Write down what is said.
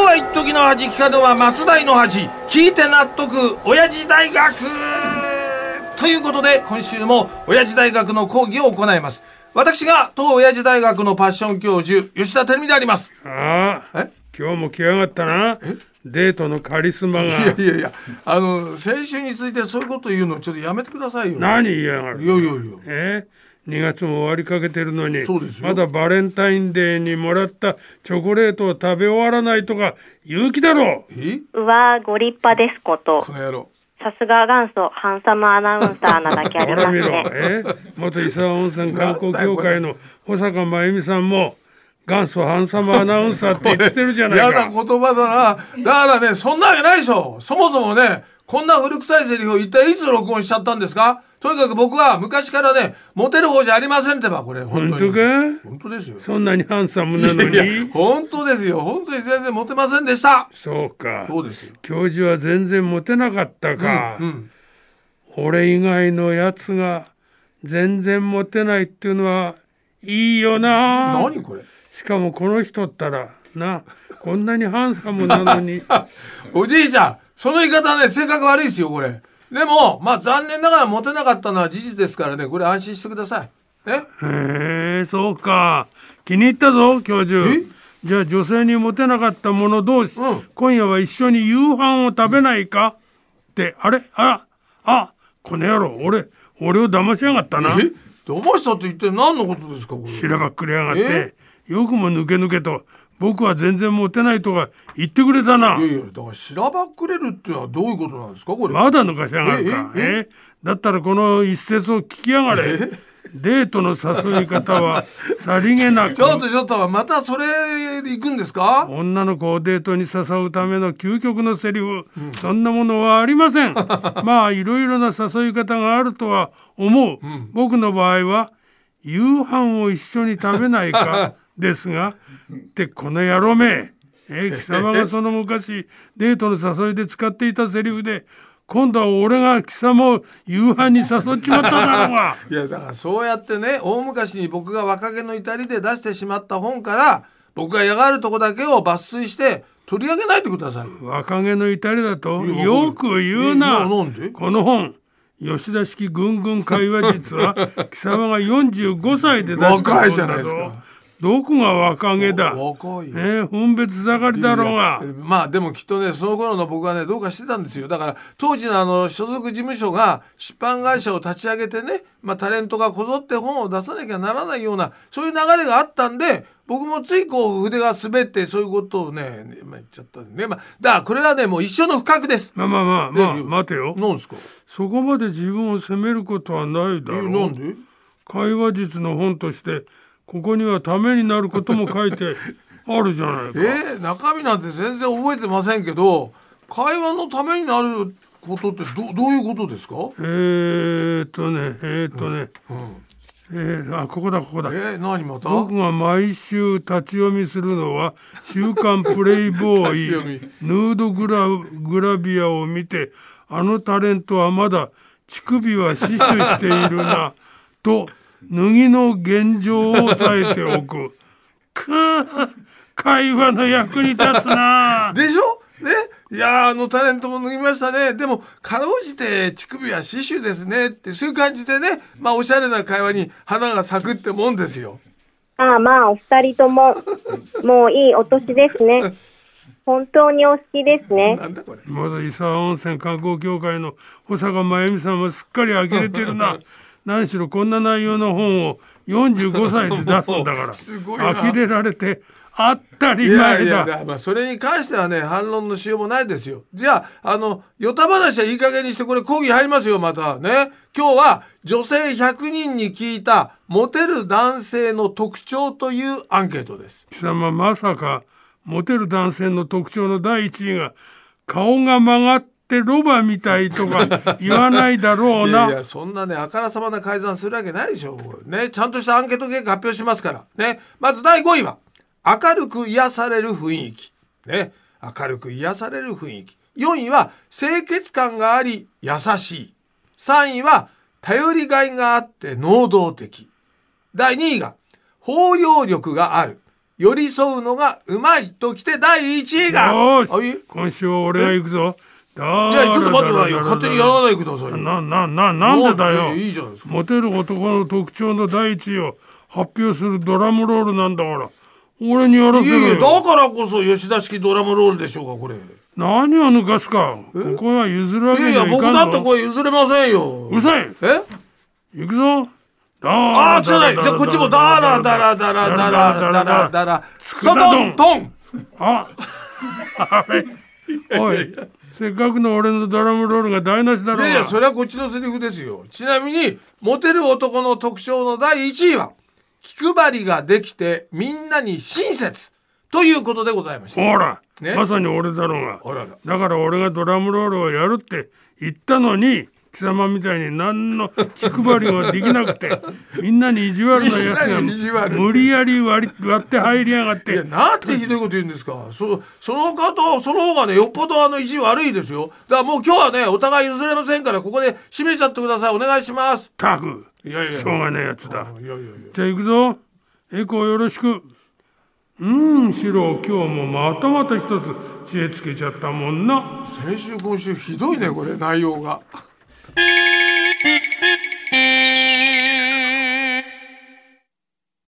は一時の恥、聞かぬは松代の恥、聞いて納得親父大学ということで、今週も親父大学の講義を行います。私が当親父大学のパッション教授吉田照美であります。 ああ、今日も来やがったな。デートのカリスマが。 いや先週についてそういうこと言うのちょっとやめてくださいよ。 何言いやがる。 いや 2月も終わりかけてるのに、 そうですよ。 まだバレンタインデーにもらったチョコレートを食べ終わらないとか言う気だろう。わ、ご立派ですこと。 この野郎。 さすが元祖ハンサムアナウンサーなだけありますね。 ほら見ろ、元伊沢温泉観光協会の保坂真由美さんも元祖ハンサムアナウンサーって言ってるじゃないか。 やだ言葉だな。だからね、そんなわけないでしょ。そもそもね、こんな古臭いセリフを一体いつ録音しちゃったんですか。とにかく僕は昔からね、モテる方じゃありませんってば、これ。 本当か。 本当ですよ。 そんなにハンサムなのに。 いや本当ですよ。本当に全然モテませんでした。 そうか。 そうですよ。 教授は全然モテなかったか。俺以外のやつが全然モテないっていうのはいいよな。 何これ。 しかもこの人ったらな、こんなにハンサムなのに。 おじいちゃん、その言い方ね、性格悪いですよこれ。でもまあ残念ながらモテなかったのは事実ですからね、これ安心してください。 へえ、そうか。気に入ったぞ教授。じゃあ女性にモテなかった者同士、今夜は一緒に夕飯を食べないかって。この野郎、俺を騙しやがったな。 騙したって言って何のことですかこれ。 しらばっくりやがって、よくも抜け抜けと僕は全然モテないとか言ってくれたな。 いやだからしらばっくれるってのはどういうことなんですかこれ。 まだ抜かしやがるか。だったらこの一節を聞きやがれ。デートの誘い方はさりげなく。 ちょっとまたそれで行くんですか。 女の子をデートに誘うための究極のセリフ、そんなものはありません。まあいろいろな誘い方があるとは思う。僕の場合は夕飯を一緒に食べないかですがってこの野郎め、貴様がその昔デートの誘いで使っていたセリフで、今度は俺が貴様を夕飯に誘っちまっただろうが。 いやだからそうやってね、大昔に僕が若気の至りで出してしまった本から僕が嫌がるとこだけを抜粋して取り上げないでください。 若気の至りだとよく言うな。 なんでこの本吉田式ぐんぐん会話術は貴様が45歳で出した本だぞ。 若いじゃないですか。 どこが若気だ。 若い。 分別盛りだろうが。 まあでもきっとね、その頃の僕はねどうかしてたんですよ。だから当時の所属事務所が出版会社を立ち上げてね、タレントがこぞって本を出さなきゃならないようなそういう流れがあったんで、僕もついこう筆が滑ってそういうことをね、言っちゃったんでね。だからこれはねもう一生の不覚です。 待てよ。 何ですか。 そこまで自分を責めることはないだろう。 なんで。 会話術の本としてここにはためになることも書いてあるじゃないか。 中身なんて全然覚えてませんけど、会話のためになることってどういうことですか。 ここだ。 何また。 僕が毎週立ち読みするのは週刊プレイボーイヌードグラビアを見て、あのタレントはまだ乳首は死守しているなと脱ぎの現状を押さえておく。会話の役に立つな。 でしょね。いやあのタレントも脱ぎましたね。でもかろうじて乳首は死守ですねってそういう感じでね、おしゃれな会話に花が咲くってもんですよ。 お二人とももういいお年ですね。本当にお好きですね。 なんだこれ。 元伊沢温泉観光協会の保坂真由美さんはすっかり呆れてるな。何しろこんな内容の本を45歳で出すんだから呆れられて当たり前だ。 それに関してはね反論のしようもないですよ。じゃあヨタ話はいい加減にして、これ講義入りますよまたね。今日は女性100人に聞いたモテる男性の特徴というアンケートです。 貴様まさかモテる男性の特徴の第一位が顔が曲がってロバみたいとか言わないだろうな。 いやそんなねあからさまな改ざんするわけないでしょね。ちゃんとしたアンケート結果発表しますからね。まず第5位は明るく癒される雰囲気ね。明るく癒される雰囲気。4位は清潔感があり優しい。3位は頼りがいがあって能動的。第2位が包容力がある寄り添うのがうまいときて第1位が。 よーあ、いい？ し、今週は俺が行くぞ。いいや、ちょっと待ってくださいよ。勝手にやらないでくださいよ。 なんでだよ。 いいじゃないですか。 モテる男の特徴の第一位を発表するドラムロールなんだから、俺にやらせろよ。 だからこそ吉田式ドラムロールでしょうか、これ。 何を抜かすか。ここは譲るわけにはいかんぞ。 僕だってこれ譲れませんよ。 うるさい。行くぞ。 ああ、じゃない。じゃあこっちもダラダラダラダラダラダラスカドントン。 あれおい、せっかくの俺のドラムロールが台無しだろうが。 いやいや、それはこっちのセリフですよ。ちなみにモテる男の特徴の第1位は気配りができてみんなに親切ということでございました。 ほら、まさに俺だろうが。だから俺がドラムロールをやるって言ったのに、貴様みたいに何の気配りもできなくてみんなに意地悪なやつが無理やり割って入りやがって。 いや、なんてひどいこと言うんですか。その方がね、よっぽど意地悪いですよ。だからもう今日はね、お互い譲れませんから、ここで締めちゃってください。お願いします。 たく、しょうがねえやつだ。じゃあ行くぞ。エコーよろしく。シロ、今日もまた一つ知恵つけちゃったもんな。 先週今週ひどいね、これ内容が。